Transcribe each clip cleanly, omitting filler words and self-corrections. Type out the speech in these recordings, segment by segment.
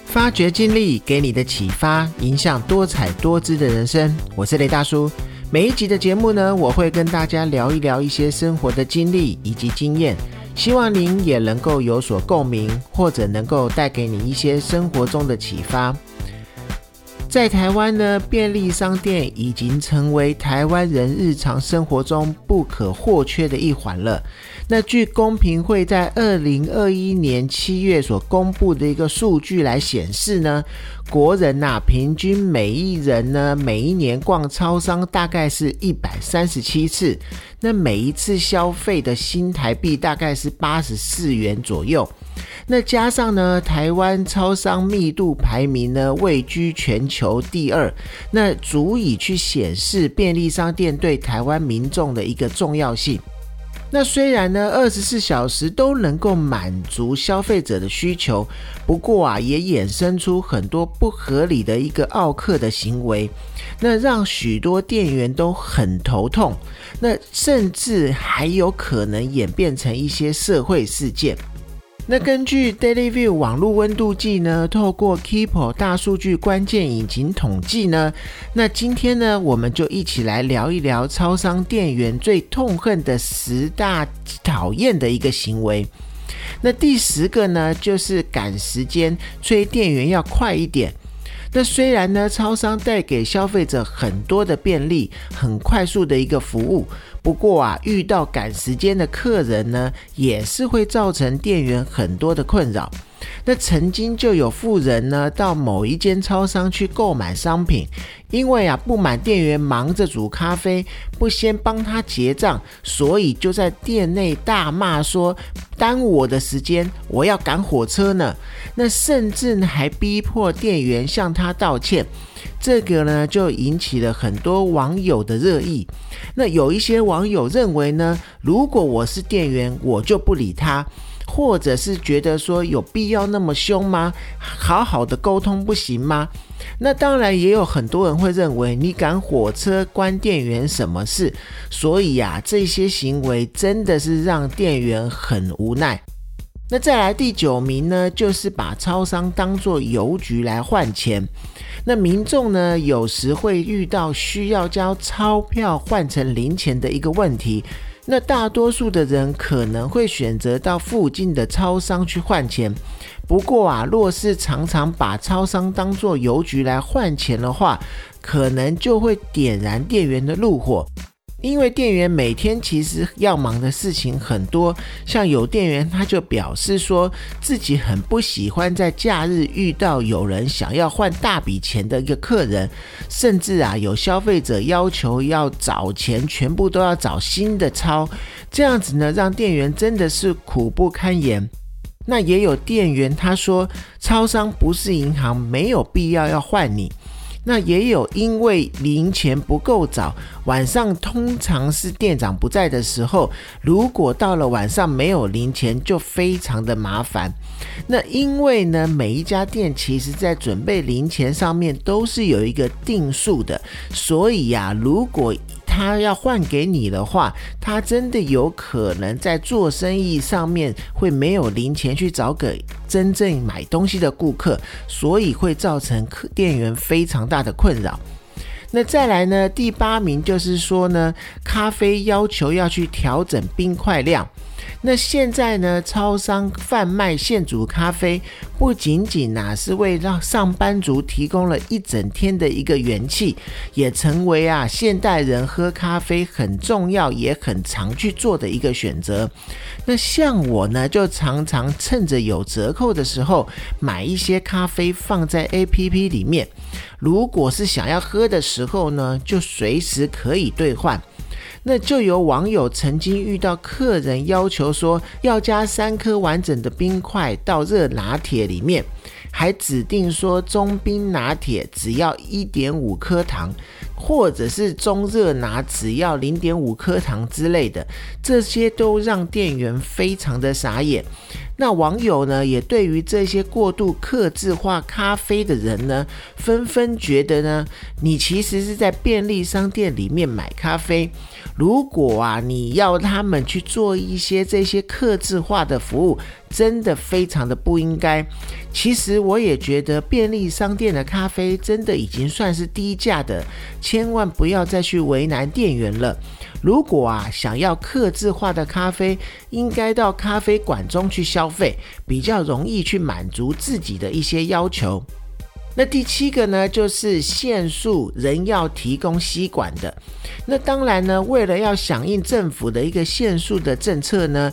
发掘经历给你的启发，影响多彩多姿的人生。我是雷大叔。每一集的节目呢，我会跟大家聊一聊一些生活的经历以及经验，希望您也能够有所共鸣，或者能够带给你一些生活中的启发。在台湾呢，便利商店已经成为台湾人日常生活中不可或缺的一环了。那据公平会在2021年7月所公布的一个数据来显示呢，国人平均每一人呢，每一年逛超商大概是137次，那每一次消费的新台币大概是84元左右。那加上呢，台湾超商密度排名呢位居全球第2，那足以去显示便利商店对台湾民众的一个重要性。那虽然呢24小时都能够满足消费者的需求，不过也衍生出很多不合理的一个奥客的行为，那让许多店员都很头痛，那甚至还有可能演变成一些社会事件。那根据 DailyView 网络温度计呢，透过 Keepo 大数据关键引擎统计呢，那今天呢，我们就一起来聊一聊超商店员最痛恨的10大讨厌的一个行为。那第10个呢，就是赶时间，催店员要快一点。那虽然呢，超商带给消费者很多的便利，很快速的一个服务，不过遇到赶时间的客人呢，也是会造成店员很多的困扰。那曾经就有富人呢，到某一间超商去购买商品，因为不满店员忙着煮咖啡，不先帮他结账，所以就在店内大骂说，耽误我的时间，我要赶火车呢。那甚至还逼迫店员向他道歉，这个呢就引起了很多网友的热议。那有一些网友认为呢，如果我是店员，我就不理他，或者是觉得说有必要那么凶吗？好好的沟通不行吗？那当然也有很多人会认为，你赶火车关店员什么事？所以这些行为真的是让店员很无奈。那再来第9名呢，就是把超商当作邮局来换钱。那民众呢，有时会遇到需要将钞票换成零钱的一个问题。那大多数的人可能会选择到附近的超商去换钱，不过若是常常把超商当作邮局来换钱的话，可能就会点燃店员的怒火。因为店员每天其实要忙的事情很多，像有店员他就表示说，自己很不喜欢在假日遇到有人想要换大笔钱的一个客人，甚至有消费者要求要找钱，全部都要找新的钞，这样子呢，让店员真的是苦不堪言。那也有店员他说，超商不是银行，没有必要换你。那也有因为零钱不够找，晚上通常是店长不在的时候，如果到了晚上没有零钱就非常的麻烦。那因为呢，每一家店其实在准备零钱上面都是有一个定数的，所以如果他要换给你的话，他真的有可能在做生意上面会没有零钱去找给真正买东西的顾客，所以会造成店员非常大的困扰。那再来呢，第8名就是说呢，咖啡要求要去调整冰块量。那现在呢，超商贩卖现煮咖啡，不仅仅是为让上班族提供了一整天的一个元气，也成为现代人喝咖啡很重要也很常去做的一个选择。那像我呢，就常常趁着有折扣的时候，买一些咖啡放在 APP 里面，如果是想要喝的时候呢，就随时可以兑换。那就有网友曾经遇到客人要求说要加3颗完整的冰块到热拿铁里面，还指定说中冰拿铁只要 1.5 颗糖，或者是中热拿只要 0.5 颗糖之类的，这些都让店员非常的傻眼。 那网友呢也对于这些过度客制化咖啡的人呢，纷纷觉得呢，你其实是在便利商店里面买咖啡，如果你要他们去做一些这些客制化的服务，真的非常的不应该。其实我也觉得便利商店的咖啡真的已经算是低价的，千万不要再去为难店员了。如果想要客制化的咖啡，应该到咖啡馆中去消费，比较容易去满足自己的一些要求。那第7个呢，就是限塑仍要提供吸管的。那当然呢，为了要响应政府的一个限塑的政策呢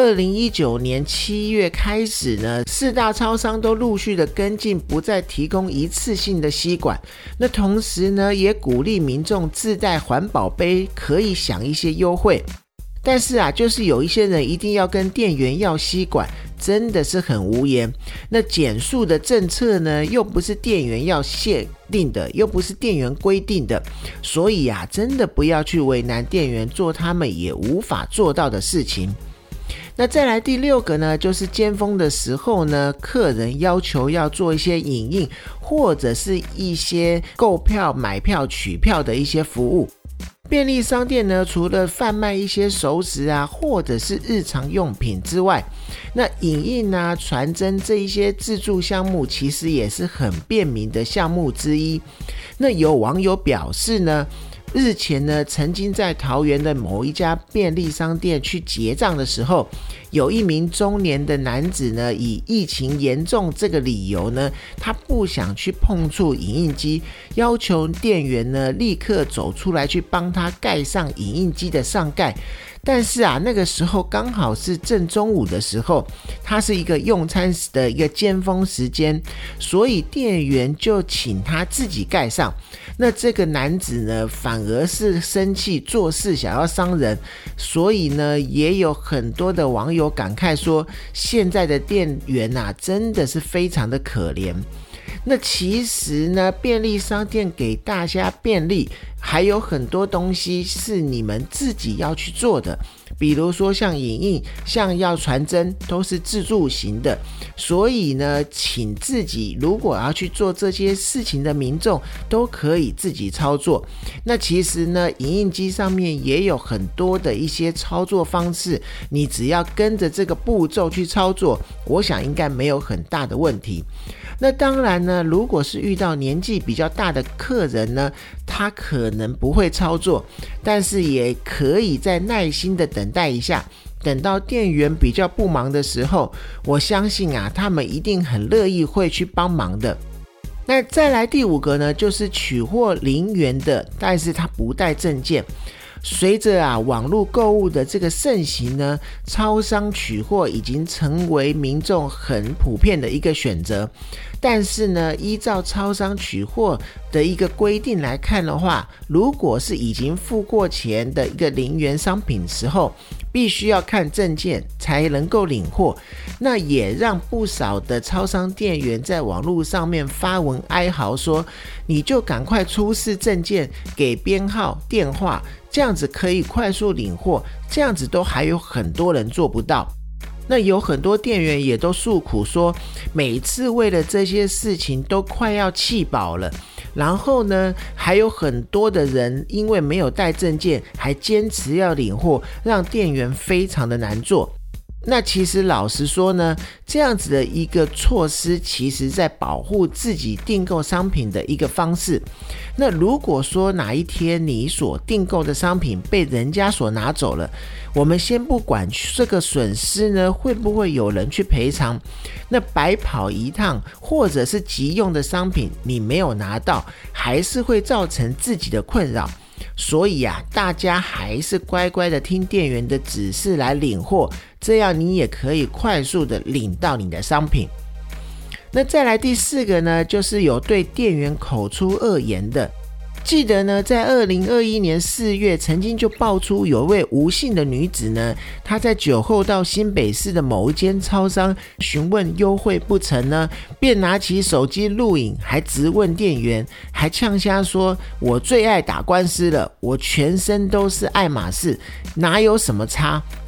，2019年7月开始呢，4大超商都陆续的跟进，不再提供一次性的吸管。那同时呢，也鼓励民众自带环保杯，可以享一些优惠。但是就是有一些人一定要跟店员要吸管，真的是很无言。那减塑的政策呢，又不是店员要限定的，又不是店员规定的，所以真的不要去为难店员做他们也无法做到的事情。那再来第6个呢，就是尖峰的时候呢，客人要求要做一些影印，或者是一些购票、买票、取票的一些服务。便利商店呢，除了贩卖一些熟食或者是日常用品之外，那影印传真这一些自助项目其实也是很便民的项目之一。那有网友表示呢，日前呢，曾经在桃园的某一家便利商店去结账的时候，有一名中年的男子呢，以疫情严重这个理由呢，他不想去碰触影印机，要求店员呢立刻走出来去帮他盖上影印机的上盖。但是那个时候刚好是正中午的时候，它是一个用餐的一个尖峰时间，所以店员就请他自己盖上。那这个男子呢，反而是生气做事想要伤人，所以呢，也有很多的网友感慨说，现在的店员真的是非常的可怜。那其实呢，便利商店给大家便利，还有很多东西是你们自己要去做的，比如说像影印、像要传真，都是自助型的。所以呢，请自己如果要去做这些事情的民众，都可以自己操作。那其实呢，影印机上面也有很多的一些操作方式，你只要跟着这个步骤去操作，我想应该没有很大的问题。那当然呢，如果是遇到年纪比较大的客人呢，他可能不会操作，但是也可以再耐心的等待一下，等到店员比较不忙的时候，我相信他们一定很乐意会去帮忙的。那再来第5个呢，就是取货零元的，但是他不带证件。随着网络购物的这个盛行呢，超商取货已经成为民众很普遍的一个选择。但是呢，依照超商取货的一个规定来看的话，如果是已经付过钱的一个零元商品时候，必须要看证件才能够领货。那也让不少的超商店员在网络上面发文哀嚎说，你就赶快出示证件，给编号电话，这样子可以快速领货，这样子都还有很多人做不到。那有很多店员也都诉苦说，每次为了这些事情都快要气饱了，然后呢，还有很多的人因为没有带证件，还坚持要领货，让店员非常的难做。那其实老实说呢，这样子的一个措施，其实在保护自己订购商品的一个方式。那如果说哪一天你所订购的商品被人家所拿走了，我们先不管这个损失呢，会不会有人去赔偿，那白跑一趟，或者是急用的商品你没有拿到，还是会造成自己的困扰。所以大家还是乖乖的听店员的指示来领货，这样你也可以快速的领到你的商品。那再来第4个呢，就是有对店员口出恶言的。记得呢，在2021年4月，曾经就爆出有位吴姓的女子呢，她在酒后到新北市的某一间超商询问优惠不成呢，便拿起手机录影，还质问店员，还呛瞎说：“我最爱打官司了，我全身都是爱马仕，哪有什么差？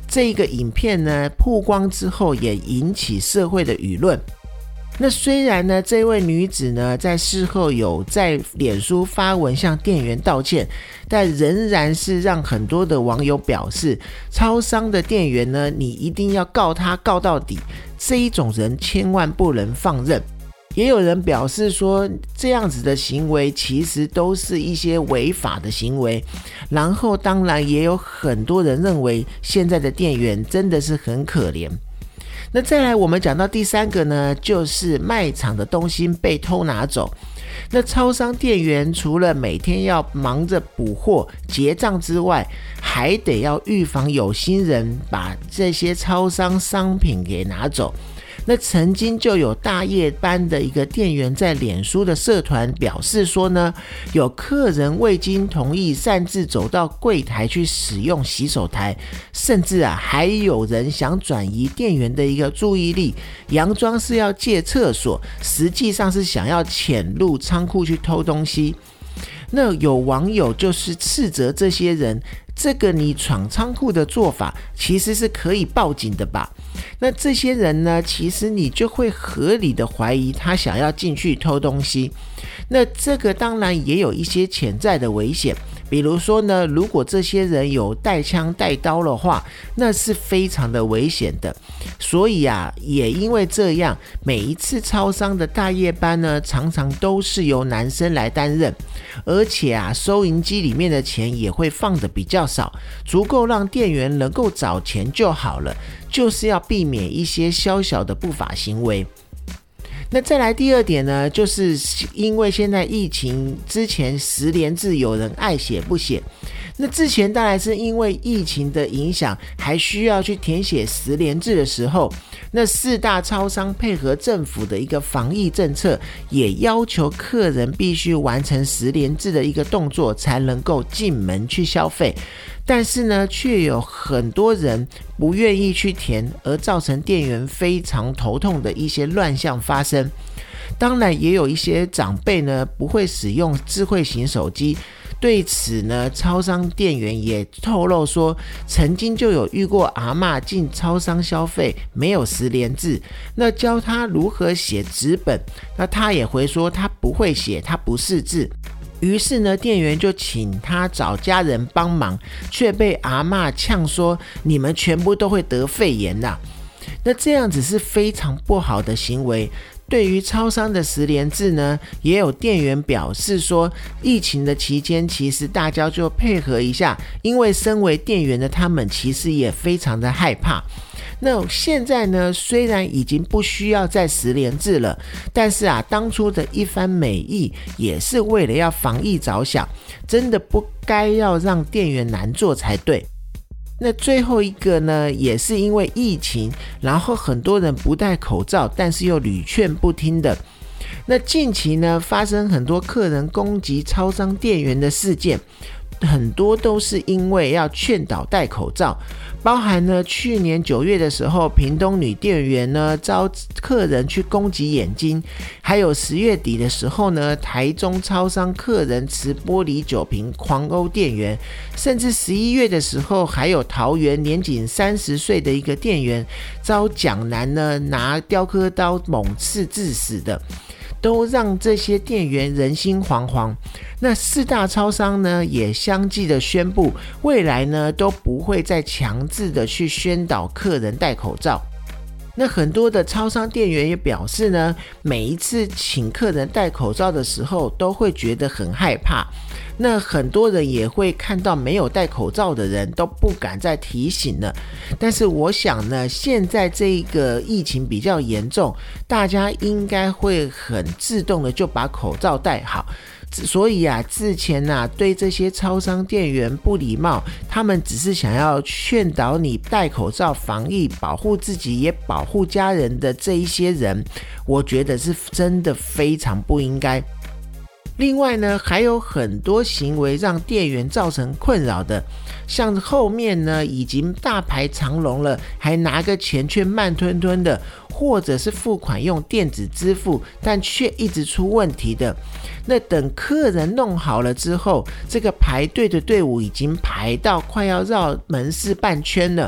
这个影片呢曝光之后也引起社会的舆论。那虽然呢这位女子呢在事后有在脸书发文向店员道歉，但仍然是让很多的网友表示，超商的店员呢你一定要告他告到底，这一种人千万不能放任。也有人表示说，这样子的行为其实都是一些违法的行为，然后当然也有很多人认为现在的店员真的是很可怜。那再来我们讲到第三个呢，就是卖场的东西被偷拿走。那超商店员除了每天要忙着补货结账之外，还得要预防有心人把这些超商商品给拿走。那曾经就有大夜班的一个店员在脸书的社团表示说呢，有客人未经同意擅自走到柜台去使用洗手台，甚至还有人想转移店员的一个注意力，佯装是要借厕所，实际上是想要潜入仓库去偷东西。那有网友就是斥责这些人，这个你闯仓库的做法其实是可以报警的吧？那这些人呢，其实你就会合理的怀疑他想要进去偷东西。那这个当然也有一些潜在的危险，比如说呢，如果这些人有带枪带刀的话，那是非常的危险的。所以也因为这样，每一次超商的大夜班呢，常常都是由男生来担任，而且收银机里面的钱也会放得比较少，足够让店员能够找钱就好了，就是要避免一些小小的不法行为。那再来第二点呢，就是因为现在疫情之前实联制有人爱写不写，那之前当然是因为疫情的影响，还需要去填写实联制的时候，那4大超商配合政府的一个防疫政策，也要求客人必须完成实联制的一个动作才能够进门去消费。但是呢，却有很多人不愿意去填，而造成店员非常头痛的一些乱象发生。当然也有一些长辈呢不会使用智慧型手机，对此呢，超商店员也透露说，曾经就有遇过阿嬷进超商消费没有实联制，那教他如何写纸本，那他也回说他不会写，他不识字。于是呢，店员就请他找家人帮忙，却被阿嬷呛说，你们全部都会得肺炎啦。那这样子是非常不好的行为。对于超商的实联制呢，也有店员表示说，疫情的期间其实大家就配合一下，因为身为店员的他们其实也非常的害怕。那现在呢，虽然已经不需要再实联制了，但是当初的一番美意也是为了要防疫着想，真的不该要让店员难做才对。那最后一个呢，也是因为疫情，然后很多人不戴口罩，但是又屡劝不听的。那近期呢，发生很多客人攻击超商店员的事件，很多都是因为要劝导戴口罩，包含呢去年9月的时候，屏东女店员呢遭客人去攻击眼睛，还有10月底的时候呢，台中超商客人持玻璃酒瓶狂殴店员，甚至11月的时候，还有桃园年仅30岁的一个店员遭蒋男呢拿雕刻刀猛刺致死的，都让这些店员人心惶惶。那4大超商呢，也相继的宣布，未来呢都不会再强制的去宣导客人戴口罩。那很多的超商店员也表示呢，每一次请客人戴口罩的时候，都会觉得很害怕。那很多人也会看到没有戴口罩的人都不敢再提醒了。但是我想呢，现在这个疫情比较严重，大家应该会很自动的就把口罩戴好。所以之前对这些超商店员不礼貌，他们只是想要劝导你戴口罩防疫，保护自己也保护家人的这一些人，我觉得是真的非常不应该。另外呢，还有很多行为让店员造成困扰的，像后面呢已经大排长龙了，还拿个钱却慢吞吞的，或者是付款用电子支付，但却一直出问题的。那等客人弄好了之后，这个排队的队伍已经排到快要绕门市半圈了，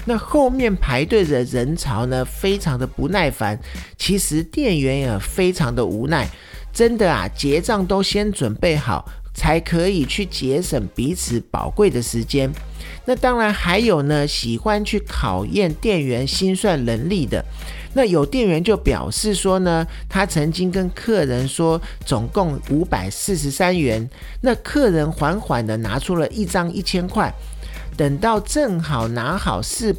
那后面排队的人潮呢，非常的不耐烦，其实店员也非常的无奈，真的啊，结账都先准备好，才可以去节省彼此宝贵的时间。那当然还有呢，喜欢去考验店员心算能力的。那有店员就表示说呢，他曾经跟客人说总共543元，那客人缓缓的拿出了一张1000块，等到正好拿好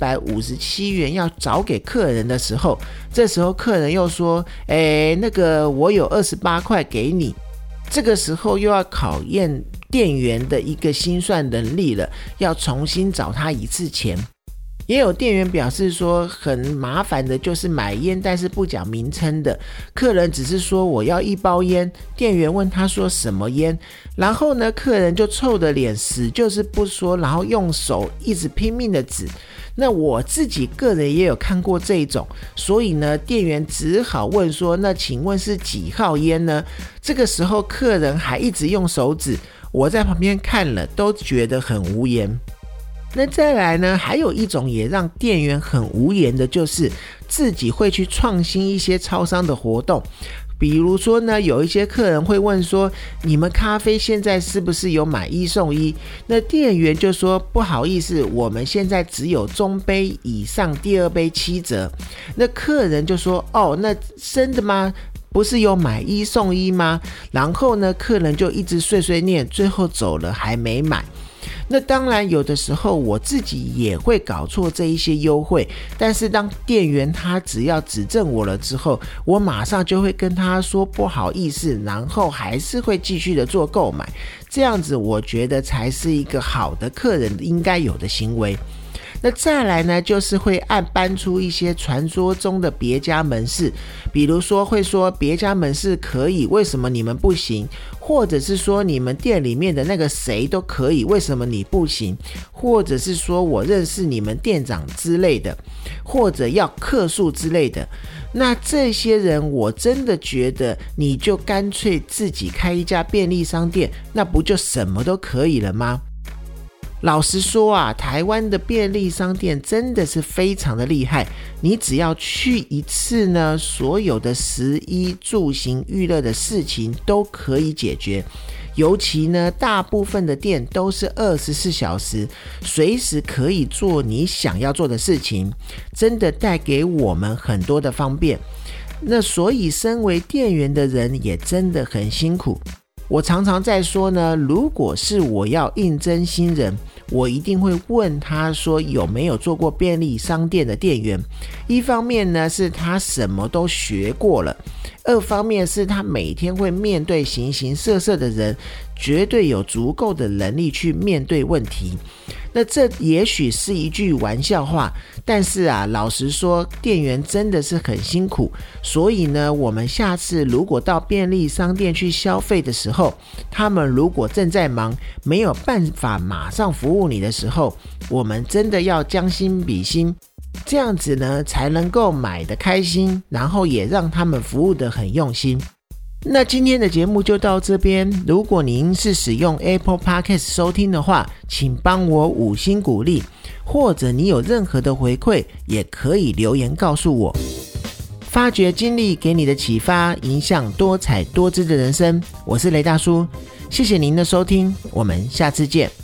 457元要找给客人的时候，这时候客人又说那个我有28块给你。这个时候又要考验店员的一个心算能力了，要重新找他一次钱。也有店员表示说，很麻烦的就是买烟但是不讲名称的，客人只是说我要1包烟，店员问他说什么烟，然后呢客人就臭着脸死就是不说，然后用手一直拼命的指。那我自己个人也有看过这一种，所以呢店员只好问说，那请问是几号烟呢？这个时候客人还一直用手指，我在旁边看了都觉得很无言。那再来呢，还有一种也让店员很无言的，就是自己会去创新一些超商的活动。比如说呢，有一些客人会问说，你们咖啡现在是不是有买1送1？那店员就说，不好意思，我们现在只有中杯以上第2杯7折。那客人就说，哦，那真的吗？不是有买1送1吗？然后呢，客人就一直碎碎念，最后走了还没买。那当然有的时候我自己也会搞错这一些优惠，但是当店员他只要指正我了之后，我马上就会跟他说不好意思，然后还是会继续的做购买，这样子我觉得才是一个好的客人应该有的行为。那再来呢，就是会搬出一些传说中的别家门市，比如说会说别家门市可以，为什么你们不行？或者是说你们店里面的那个谁都可以，为什么你不行？或者是说我认识你们店长之类的，或者要客诉之类的。那这些人我真的觉得你就干脆自己开一家便利商店，那不就什么都可以了吗？老实说啊，台湾的便利商店真的是非常的厉害，你只要去一次呢，所有的食衣住行娱乐的事情都可以解决。尤其呢，大部分的店都是24小时，随时可以做你想要做的事情，真的带给我们很多的方便。那所以身为店员的人也真的很辛苦。我常常在说呢，如果是我要应征新人，我一定会问他说有没有做过便利商店的店员。一方面呢，是他什么都学过了；二方面是他每天会面对形形色色的人，绝对有足够的能力去面对问题。那这也许是一句玩笑话，但是啊，老实说，店员真的是很辛苦。所以呢，我们下次如果到便利商店去消费的时候，他们如果正在忙，没有办法马上服务你的时候，我们真的要将心比心，这样子呢，才能够买得开心，然后也让他们服务得很用心。那今天的节目就到这边，如果您是使用 Apple Podcast 收听的话，请帮我5星鼓励，或者你有任何的回馈，也可以留言告诉我。发掘经历给你的启发，影响多彩多姿的人生，我是雷大叔，谢谢您的收听，我们下次见。